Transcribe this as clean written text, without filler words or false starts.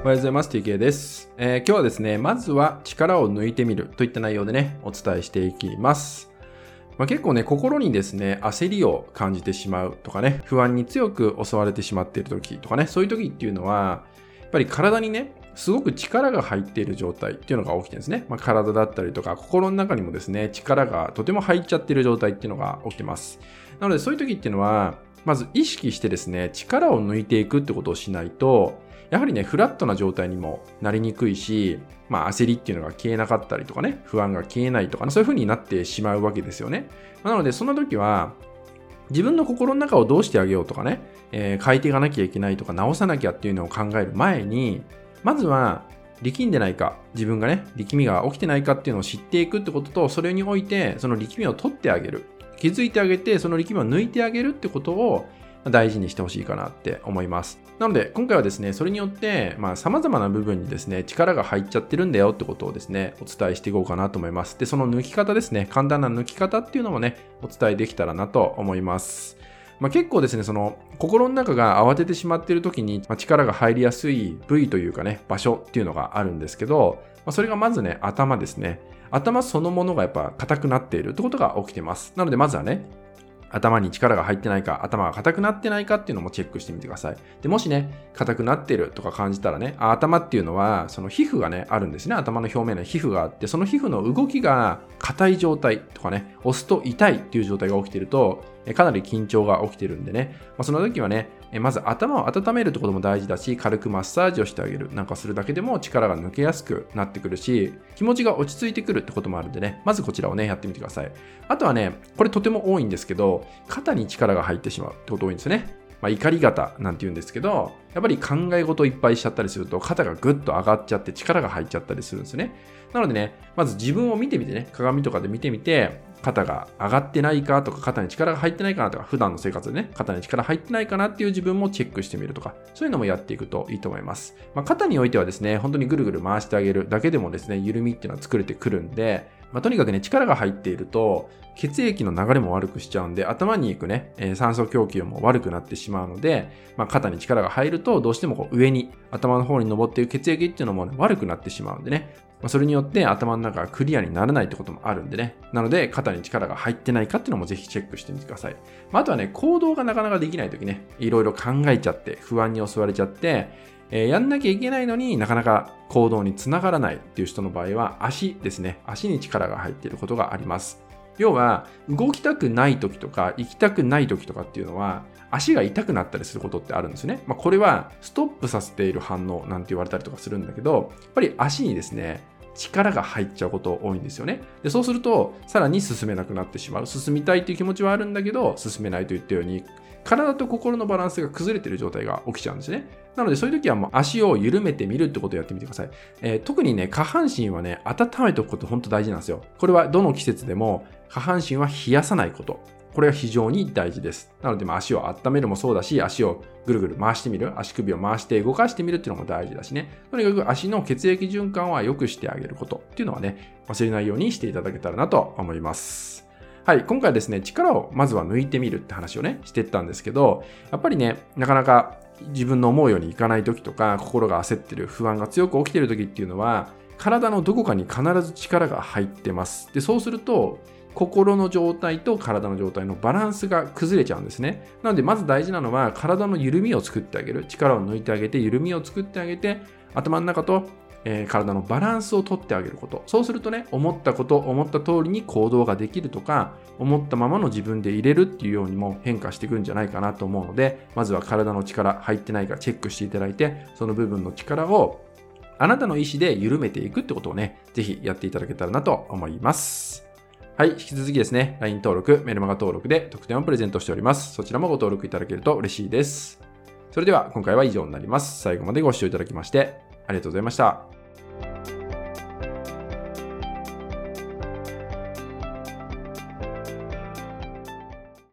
おはようございます。TK です。今日はですね、まずは力を抜いてみるといった内容でね、お伝えしていきます。結構ね、心にですね、焦りを感じてしまうとかね、不安に強く襲われてしまっている時とかね、そういう時っていうのは、やっぱり体にね、すごく力が入っている状態っていうのが起きてるんですね。体だったりとか、心の中にもですね、力がとても入っちゃっている状態っていうのが起きてます。なので、そういう時っていうのは、まず意識してですね、力を抜いていくってことをしないと、やはりね、フラットな状態にもなりにくいし、焦りっていうのが消えなかったりとかね、不安が消えないとか、そういう風になってしまうわけですよね。なので、その時は、自分の心の中をどうしてあげようとかね、変えていかなきゃいけないとか、直さなきゃっていうのを考える前に、まずは、力んでないか、自分がね、力みが起きてないかっていうのを知っていくってことと、それにおいて、その力みを取ってあげる。気づいてあげて、その力みを抜いてあげるってことを、大事にしてほしいかなって思います。なので今回はですね、それによって様々な部分にですね、力が入っちゃってるんだよってことをですね、お伝えしていこうかなと思います。で、その抜き方ですね、簡単な抜き方っていうのもね、お伝えできたらなと思います。結構ですね、その心の中が慌ててしまっている時に、力が入りやすい部位というかね、場所っていうのがあるんですけど、それがまずね、頭ですね。頭そのものがやっぱ硬くなっているってことが起きてます。なのでまずはね、頭に力が入ってないか、頭が硬くなってないかっていうのもチェックしてみてください。で、もしね、硬くなってるとか感じたらね、頭っていうのは、その皮膚がね、あるんですね。頭の表面に皮膚があって、その皮膚の動きが硬い状態とかね、押すと痛いっていう状態が起きていると、かなり緊張が起きてるんでね、その時はね、まず頭を温めるってことも大事だし、軽くマッサージをしてあげるなんかするだけでも力が抜けやすくなってくるし、気持ちが落ち着いてくるってこともあるんでね、まずこちらをね、やってみてください。あとはね、これとても多いんですけど、肩に力が入ってしまうってこと多いんですよね。怒り肩なんて言うんですけど、やっぱり考え事をいっぱいしちゃったりすると、肩がぐっと上がっちゃって力が入っちゃったりするんですよね。なのでね、まず自分を見てみてね、鏡とかで見てみて、肩が上がってないかとか、肩に力が入ってないかなとか、普段の生活でね、肩に力入ってないかなっていう自分もチェックしてみるとか、そういうのもやっていくといいと思います。肩においてはですね、本当にぐるぐる回してあげるだけでもですね、緩みっていうのは作れてくるんで、とにかくね、力が入っていると、血液の流れも悪くしちゃうんで、頭に行くね、酸素供給も悪くなってしまうので、肩に力が入ると、どうしても上に、頭の方に上っている血液っていうのも、悪くなってしまうんでね、それによって頭の中がクリアにならないってこともあるんでね。なので、肩に力が入ってないかっていうのもぜひチェックしてみてください。あとはね、行動がなかなかできないときね、いろいろ考えちゃって、不安に襲われちゃって、やんなきゃいけないのになかなか行動につながらないっていう人の場合は、足ですね。足に力が入っていることがあります。要は、動きたくない時とか、行きたくない時とかっていうのは、足が痛くなったりすることってあるんですよね。これは、ストップさせている反応なんて言われたりとかするんだけど、やっぱり足にですね、力が入っちゃうこと多いんですよね。で、そうすると、さらに進めなくなってしまう。進みたいという気持ちはあるんだけど、進めないと言ったように、体と心のバランスが崩れている状態が起きちゃうんですね。なので、そういう時はもう足を緩めてみるってことをやってみてください。特にね、下半身はね、温めておくこと本当大事なんですよ。これはどの季節でも、下半身は冷やさないこと。これが非常に大事です。なので、足を温めるもそうだし、足をぐるぐる回してみる、足首を回して動かしてみるっていうのも大事だしね。とにかく足の血液循環は良くしてあげることっていうのはね、忘れないようにしていただけたらなと思います。はい、今回はですね、力をまずは抜いてみるって話をね、してったんですけど、やっぱりね、なかなか自分の思うようにいかない時とか、心が焦ってる、不安が強く起きてる時っていうのは、体のどこかに必ず力が入ってます。で、そうすると、心の状態と体の状態のバランスが崩れちゃうんですね。なのでまず大事なのは体の緩みを作ってあげる。力を抜いてあげて緩みを作ってあげて頭の中と、体のバランスをとってあげること。そうするとね、思ったこと、思った通りに行動ができるとか、思ったままの自分で入れるっていうようにも変化していくんじゃないかなと思うので、まずは体の力入ってないかチェックしていただいて、その部分の力をあなたの意思で緩めていくってことをね、ぜひやっていただけたらなと思います。はい、引き続きですね、LINE 登録、メルマガ登録で特典をプレゼントしております。そちらもご登録いただけると嬉しいです。それでは今回は以上になります。最後までご視聴いただきましてありがとうございました。